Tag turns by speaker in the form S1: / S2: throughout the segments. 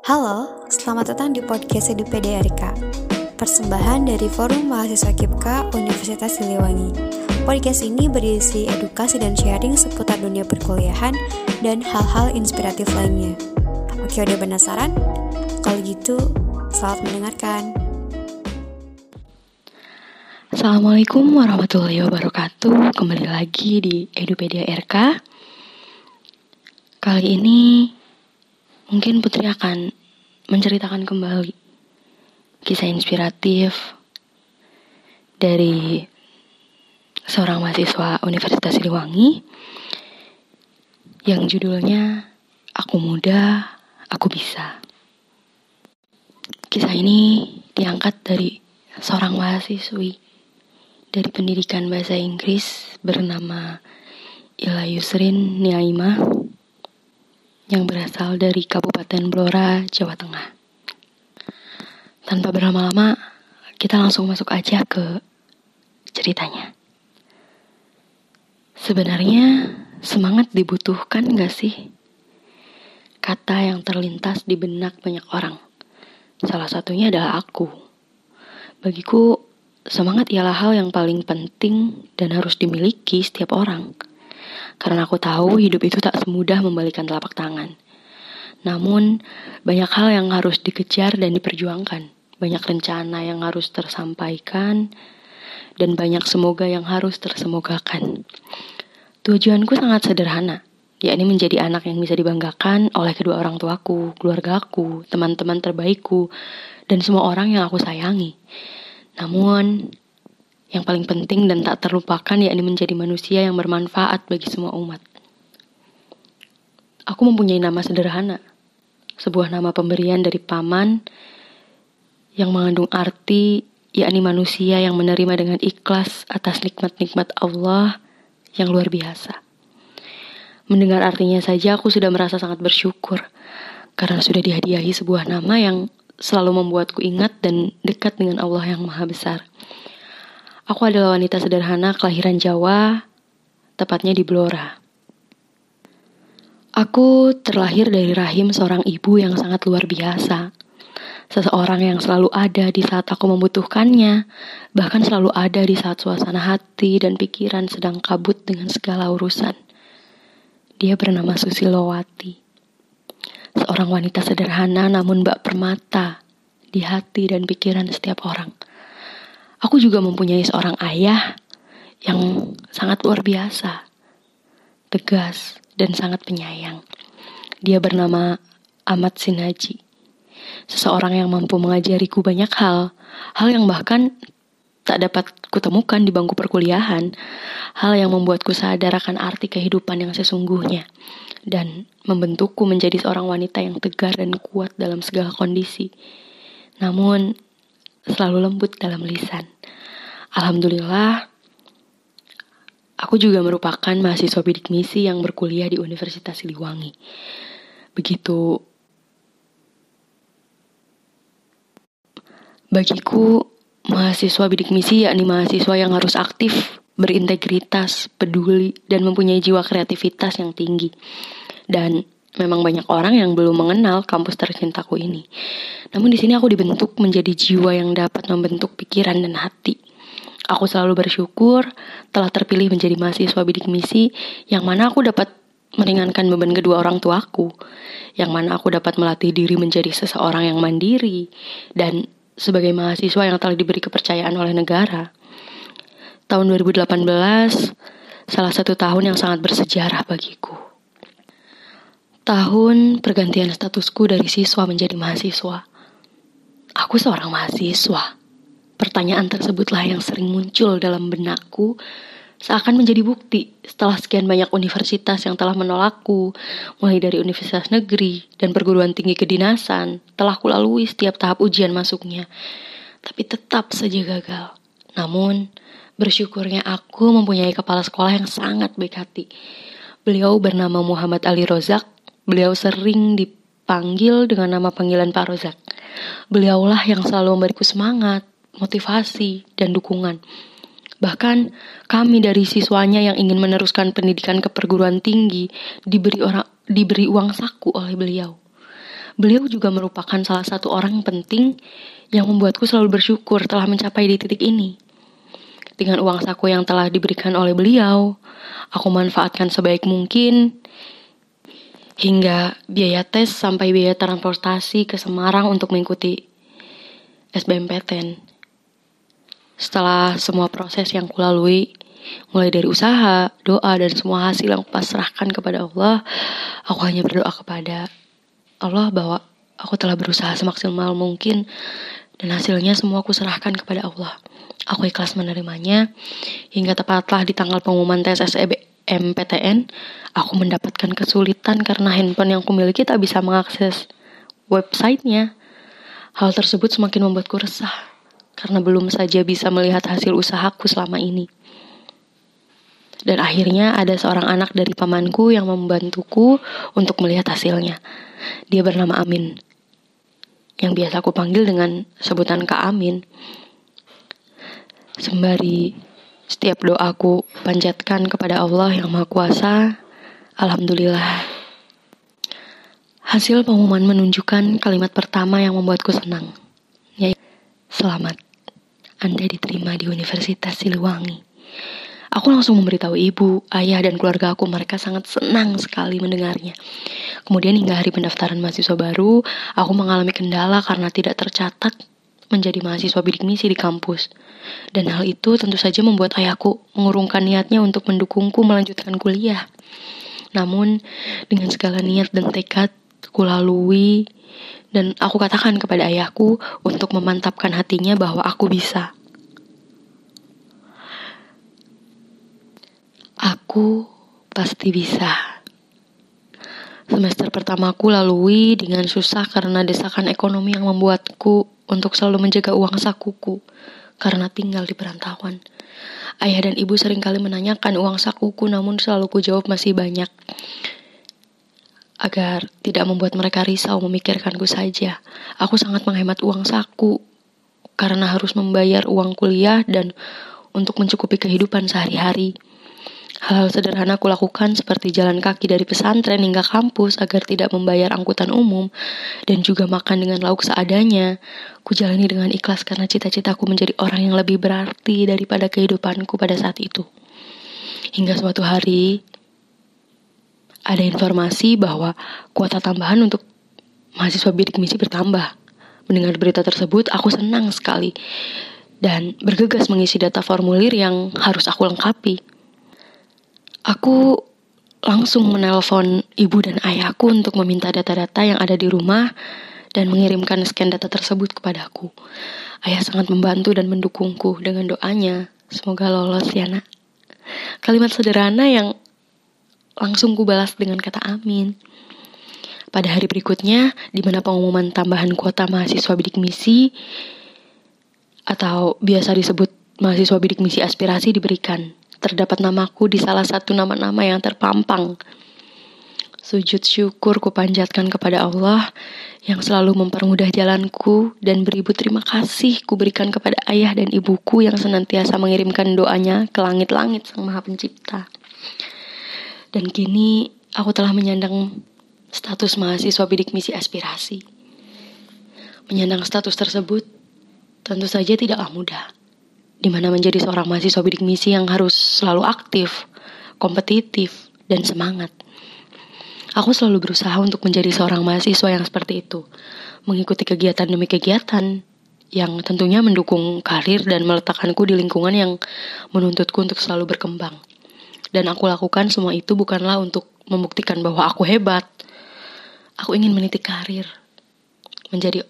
S1: Halo, selamat datang di podcast EduPDRK, persembahan dari Forum Mahasiswa KIPKA Universitas Siliwangi. Podcast ini berisi edukasi dan sharing seputar dunia perkuliahan dan hal-hal inspiratif lainnya. Oke, udah penasaran? Kalau gitu, selamat mendengarkan.
S2: Assalamualaikum warahmatullahi wabarakatuh. Kembali lagi di Edupedia RK. Kali ini mungkin Putri akan menceritakan kembali kisah inspiratif dari seorang mahasiswa Universitas Siliwangi yang judulnya Aku Muda, Aku Bisa. Kisah ini diangkat dari seorang mahasiswi dari pendidikan bahasa Inggris bernama Ila Yusrin Niaimah yang berasal dari Kabupaten Blora, Jawa Tengah. Tanpa berlama-lama, kita langsung masuk aja ke ceritanya. Sebenarnya semangat dibutuhkan gak sih? Kata yang terlintas di benak banyak orang. Salah satunya adalah aku. Bagiku, semangat ialah hal yang paling penting dan harus dimiliki setiap orang. Karena aku tahu hidup itu tak semudah membalikan telapak tangan. Namun, banyak hal yang harus dikejar dan diperjuangkan. Banyak rencana yang harus tersampaikan, dan banyak semoga yang harus tersemogakan. Tujuanku sangat sederhana, yakni menjadi anak yang bisa dibanggakan oleh kedua orang tuaku, keluargaku, teman-teman terbaikku, dan semua orang yang aku sayangi. Namun, yang paling penting dan tak terlupakan yakni menjadi manusia yang bermanfaat bagi semua umat. Aku mempunyai nama sederhana, sebuah nama pemberian dari paman yang mengandung arti yakni manusia yang menerima dengan ikhlas atas nikmat-nikmat Allah yang luar biasa. Mendengar artinya saja aku sudah merasa sangat bersyukur karena sudah dihadiahi sebuah nama yang selalu membuatku ingat dan dekat dengan Allah yang Maha Besar. Aku adalah wanita sederhana kelahiran Jawa, tepatnya di Blora. Aku terlahir dari rahim seorang ibu yang sangat luar biasa. Seseorang yang selalu ada di saat aku membutuhkannya, bahkan selalu ada di saat suasana hati dan pikiran sedang kabut dengan segala urusan. Dia bernama Susilowati. Seorang wanita sederhana namun bak permata di hati dan pikiran setiap orang. Aku juga mempunyai seorang ayah yang sangat luar biasa, tegas, dan sangat penyayang. Dia bernama Ahmad Sinaji. Seseorang yang mampu mengajariku banyak hal yang bahkan tak dapat kutemukan di bangku perkuliahan, hal yang membuatku sadar akan arti kehidupan yang sesungguhnya, dan membentukku menjadi seorang wanita yang tegar dan kuat dalam segala kondisi. Namun, selalu lembut dalam lisan. Alhamdulillah, aku juga merupakan mahasiswa bidik misi yang berkuliah di Universitas Siliwangi. Bagiku, mahasiswa bidik misi yakni mahasiswa yang harus aktif, berintegritas, peduli, dan mempunyai jiwa kreativitas yang tinggi. Dan memang banyak orang yang belum mengenal kampus tercintaku ini. Namun di sini aku dibentuk menjadi jiwa yang dapat membentuk pikiran dan hati. Aku selalu bersyukur telah terpilih menjadi mahasiswa bidik misi yang mana aku dapat meringankan beban kedua orang tuaku. Yang mana aku dapat melatih diri menjadi seseorang yang mandiri dan sebagai mahasiswa yang telah diberi kepercayaan oleh negara. Tahun 2018 salah satu tahun yang sangat bersejarah bagiku. Tahun pergantian statusku dari siswa menjadi mahasiswa. Aku seorang mahasiswa. Pertanyaan tersebutlah yang sering muncul dalam benakku seakan menjadi bukti setelah sekian banyak universitas yang telah menolakku, mulai dari universitas negeri dan perguruan tinggi kedinasan, telah kulalui setiap tahap ujian masuknya. Tapi tetap saja gagal. Namun, bersyukurnya aku mempunyai kepala sekolah yang sangat baik hati. Beliau bernama Muhammad Ali Rozak. Beliau sering dipanggil dengan nama panggilan Pak Rozak. Beliaulah yang selalu memberiku semangat, motivasi, dan dukungan. Bahkan kami dari siswanya yang ingin meneruskan pendidikan ke perguruan tinggi diberi uang saku oleh beliau. Beliau juga merupakan salah satu orang penting yang membuatku selalu bersyukur telah mencapai di titik ini. Dengan uang saku yang telah diberikan oleh beliau, aku manfaatkan sebaik mungkin, hingga biaya tes sampai biaya transportasi ke Semarang untuk mengikuti SBMPTN. Setelah semua proses yang kulalui, mulai dari usaha, doa, dan semua hasil yang kupasrahkan kepada Allah, aku hanya berdoa kepada Allah bahwa aku telah berusaha semaksimal mungkin dan hasilnya semua aku serahkan kepada Allah. Aku ikhlas menerimanya hingga tepatlah di tanggal pengumuman tes SBMPTN, aku mendapatkan kesulitan karena handphone yang kumiliki tak bisa mengakses websitenya. Hal tersebut semakin membuatku resah karena belum saja bisa melihat hasil usahaku selama ini. Dan akhirnya ada seorang anak dari pamanku yang membantuku untuk melihat hasilnya. Dia bernama Amin, yang biasa aku panggil dengan sebutan Kak Amin. Sembari setiap doaku panjatkan kepada Allah yang Maha Kuasa, alhamdulillah. Hasil pengumuman menunjukkan kalimat pertama yang membuatku senang, yaitu selamat, Anda diterima di Universitas Siliwangi. Aku langsung memberitahu ibu, ayah, dan keluarga aku. Mereka sangat senang sekali mendengarnya. Kemudian hingga hari pendaftaran mahasiswa baru, aku mengalami kendala karena tidak tercatat menjadi mahasiswa bidik misi di kampus. Dan hal itu tentu saja membuat ayahku mengurungkan niatnya untuk mendukungku melanjutkan kuliah. Namun, dengan segala niat dan tekad ku lalui, dan aku katakan kepada ayahku untuk memantapkan hatinya bahwa aku bisa. Aku pasti bisa. Semester pertamaku lalui dengan susah karena desakan ekonomi yang membuatku untuk selalu menjaga uang sakuku karena tinggal di perantauan. Ayah dan ibu seringkali menanyakan uang sakuku, namun selalu ku jawab masih banyak. Agar tidak membuat mereka risau memikirkanku saja, aku sangat menghemat uang saku karena harus membayar uang kuliah dan untuk mencukupi kehidupan sehari-hari. Hal-hal sederhana aku lakukan seperti jalan kaki dari pesantren hingga kampus agar tidak membayar angkutan umum dan juga makan dengan lauk seadanya. Ku jalani dengan ikhlas karena cita-citaku menjadi orang yang lebih berarti daripada kehidupanku pada saat itu. Hingga suatu hari ada informasi bahwa kuota tambahan untuk mahasiswa bidik misi bertambah. Mendengar berita tersebut, aku senang sekali dan bergegas mengisi data formulir yang harus aku lengkapi. Aku langsung menelpon ibu dan ayahku untuk meminta data-data yang ada di rumah dan mengirimkan scan data tersebut kepadaku. Ayah sangat membantu dan mendukungku dengan doanya. Semoga lolos ya nak. Kalimat sederhana yang langsung ku balas dengan kata amin. Pada hari berikutnya, di mana pengumuman tambahan kuota mahasiswa bidik misi atau biasa disebut mahasiswa bidik misi aspirasi diberikan. Terdapat namaku di salah satu nama-nama yang terpampang. Sujud syukur ku panjatkan kepada Allah yang selalu mempermudah jalanku dan beribu terima kasih ku berikan kepada ayah dan ibuku yang senantiasa mengirimkan doanya ke langit-langit Sang Maha Pencipta. Dan kini aku telah menyandang status mahasiswa bidik misi aspirasi. Menyandang status tersebut tentu saja tidaklah mudah, di mana menjadi seorang mahasiswa bidik misi yang harus selalu aktif, kompetitif, dan semangat. Aku selalu berusaha untuk menjadi seorang mahasiswa yang seperti itu, mengikuti kegiatan demi kegiatan yang tentunya mendukung karir dan meletakkanku di lingkungan yang menuntutku untuk selalu berkembang. Dan aku lakukan semua itu bukanlah untuk membuktikan bahwa aku hebat. Aku ingin meniti karir, menjadi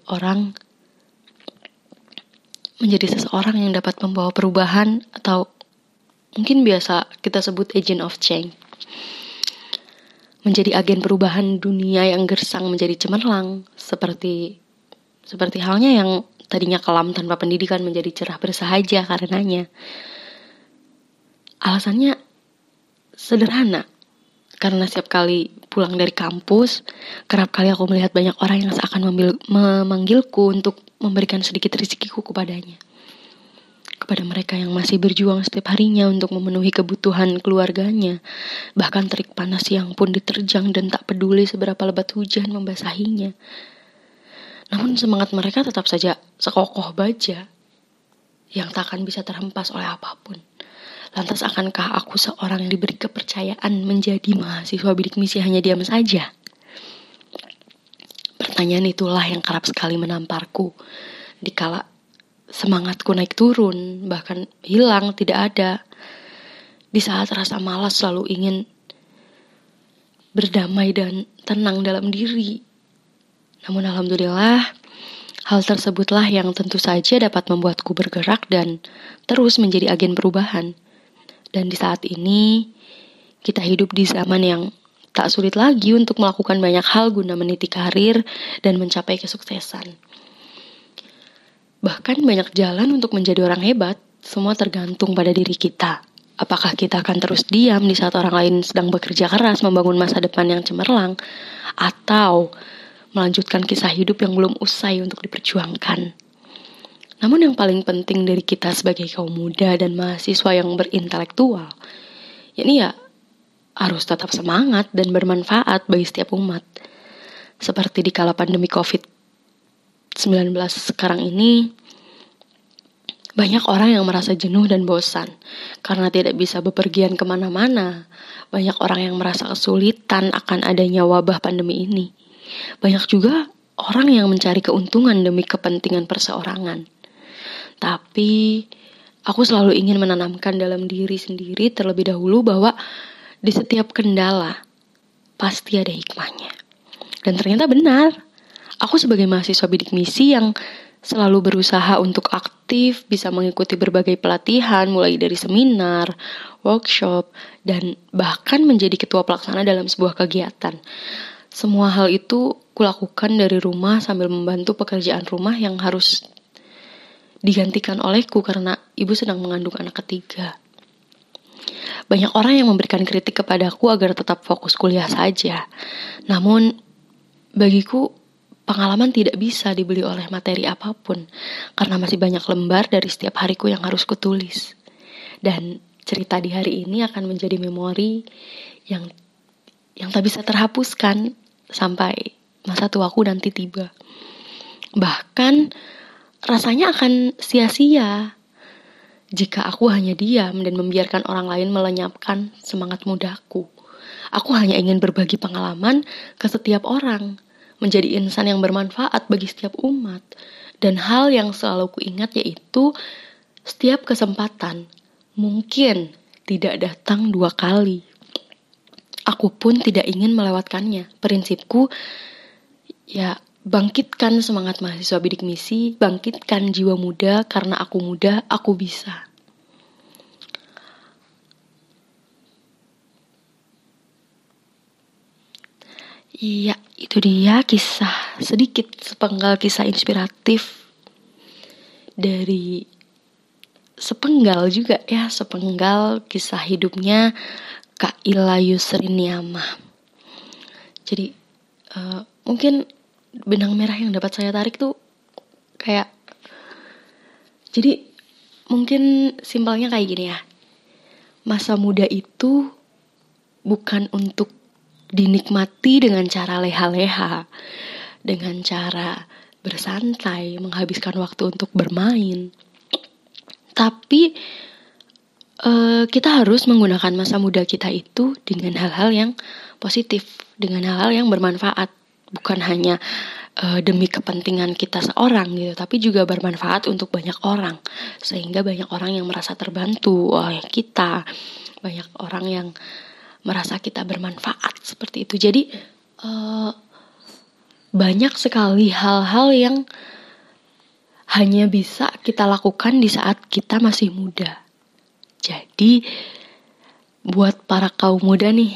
S2: seseorang yang dapat membawa perubahan atau mungkin biasa kita sebut agent of change. Menjadi agen perubahan dunia yang gersang menjadi cemerlang, seperti halnya yang tadinya kelam tanpa pendidikan menjadi cerah bersahaja karenanya. Alasannya sederhana, karena setiap kali pulang dari kampus, kerap kali aku melihat banyak orang yang seakan memanggilku untuk memberikan sedikit rezekiku kepadanya. Kepada mereka yang masih berjuang setiap harinya untuk memenuhi kebutuhan keluarganya, bahkan terik panas siang pun diterjang dan tak peduli seberapa lebat hujan membasahinya. Namun semangat mereka tetap saja sekokoh baja yang tak akan bisa terhempas oleh apapun. Lantas akankah aku seorang yang diberi kepercayaan menjadi mahasiswa bidik misi hanya diam saja? Pertanyaan itulah yang kerap sekali menamparku dikala semangatku naik turun, bahkan hilang, tidak ada. Di saat rasa malas selalu ingin berdamai dan tenang dalam diri. Namun alhamdulillah, hal tersebutlah yang tentu saja dapat membuatku bergerak dan terus menjadi agen perubahan. Dan di saat ini, kita hidup di zaman yang tak sulit lagi untuk melakukan banyak hal guna meniti karir dan mencapai kesuksesan. Bahkan banyak jalan untuk menjadi orang hebat, semua tergantung pada diri kita. Apakah kita akan terus diam di saat orang lain sedang bekerja keras membangun masa depan yang cemerlang, atau melanjutkan kisah hidup yang belum usai untuk diperjuangkan. Namun yang paling penting dari kita sebagai kaum muda dan mahasiswa yang berintelektual, yakni harus tetap semangat dan bermanfaat bagi setiap umat. Seperti di kala pandemi COVID-19 sekarang ini, banyak orang yang merasa jenuh dan bosan karena tidak bisa bepergian kemana-mana. Banyak orang yang merasa kesulitan akan adanya wabah pandemi ini. Banyak juga orang yang mencari keuntungan demi kepentingan perseorangan. Tapi aku selalu ingin menanamkan dalam diri sendiri terlebih dahulu bahwa di setiap kendala pasti ada hikmahnya. Dan ternyata benar. Aku sebagai mahasiswa bidik misi yang selalu berusaha untuk aktif, bisa mengikuti berbagai pelatihan mulai dari seminar, workshop, dan bahkan menjadi ketua pelaksana dalam sebuah kegiatan. Semua hal itu kulakukan dari rumah sambil membantu pekerjaan rumah yang harus digantikan olehku karena ibu sedang mengandung anak ketiga. Banyak orang yang memberikan kritik kepadaku agar tetap fokus kuliah saja. Namun, bagiku pengalaman tidak bisa dibeli oleh materi apapun karena masih banyak lembar dari setiap hariku yang harus kutulis. Dan cerita di hari ini akan menjadi memori yang tak bisa terhapuskan sampai masa tuaku nanti tiba. Bahkan rasanya akan sia-sia jika aku hanya diam dan membiarkan orang lain melenyapkan semangat mudaku. Aku hanya ingin berbagi pengalaman ke setiap orang, menjadi insan yang bermanfaat bagi setiap umat. Dan hal yang selalu kuingat yaitu setiap kesempatan mungkin tidak datang 2 kali. Aku pun tidak ingin melewatkannya. Prinsipku, bangkitkan semangat mahasiswa bidik misi, bangkitkan jiwa muda, karena aku muda, aku bisa. Iya, itu dia sepenggal kisah inspiratif dari sepenggal kisah hidupnya Kak Ila Yusrin Niamah. Jadi, mungkin benang merah yang dapat saya tarik tuh jadi mungkin simpelnya kayak gini ya. Masa muda itu bukan untuk dinikmati dengan cara leha-leha, dengan cara bersantai, menghabiskan waktu untuk bermain. Tapi kita harus menggunakan masa muda kita itu dengan hal-hal yang positif, dengan hal-hal yang bermanfaat. Bukan hanya demi kepentingan kita seorang gitu, tapi juga bermanfaat untuk banyak orang. Sehingga banyak orang yang merasa terbantu oleh kita, banyak orang yang merasa kita bermanfaat seperti itu. Jadi banyak sekali hal-hal yang hanya bisa kita lakukan di saat kita masih muda. Jadi buat para kaum muda nih,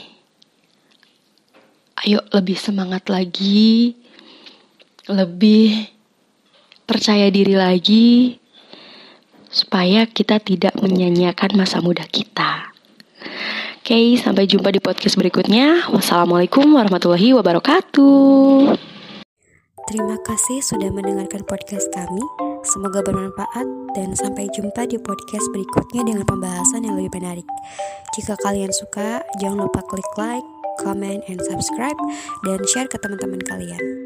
S2: ayo lebih semangat lagi, lebih percaya diri lagi, supaya kita tidak menyanyiakan masa muda kita. Oke, sampai jumpa di podcast berikutnya. Wassalamualaikum warahmatullahi wabarakatuh.
S1: Terima kasih sudah mendengarkan podcast kami. Semoga bermanfaat dan sampai jumpa di podcast berikutnya dengan pembahasan yang lebih menarik. Jika kalian suka, jangan lupa klik like, comment, and subscribe, dan share ke teman-teman kalian.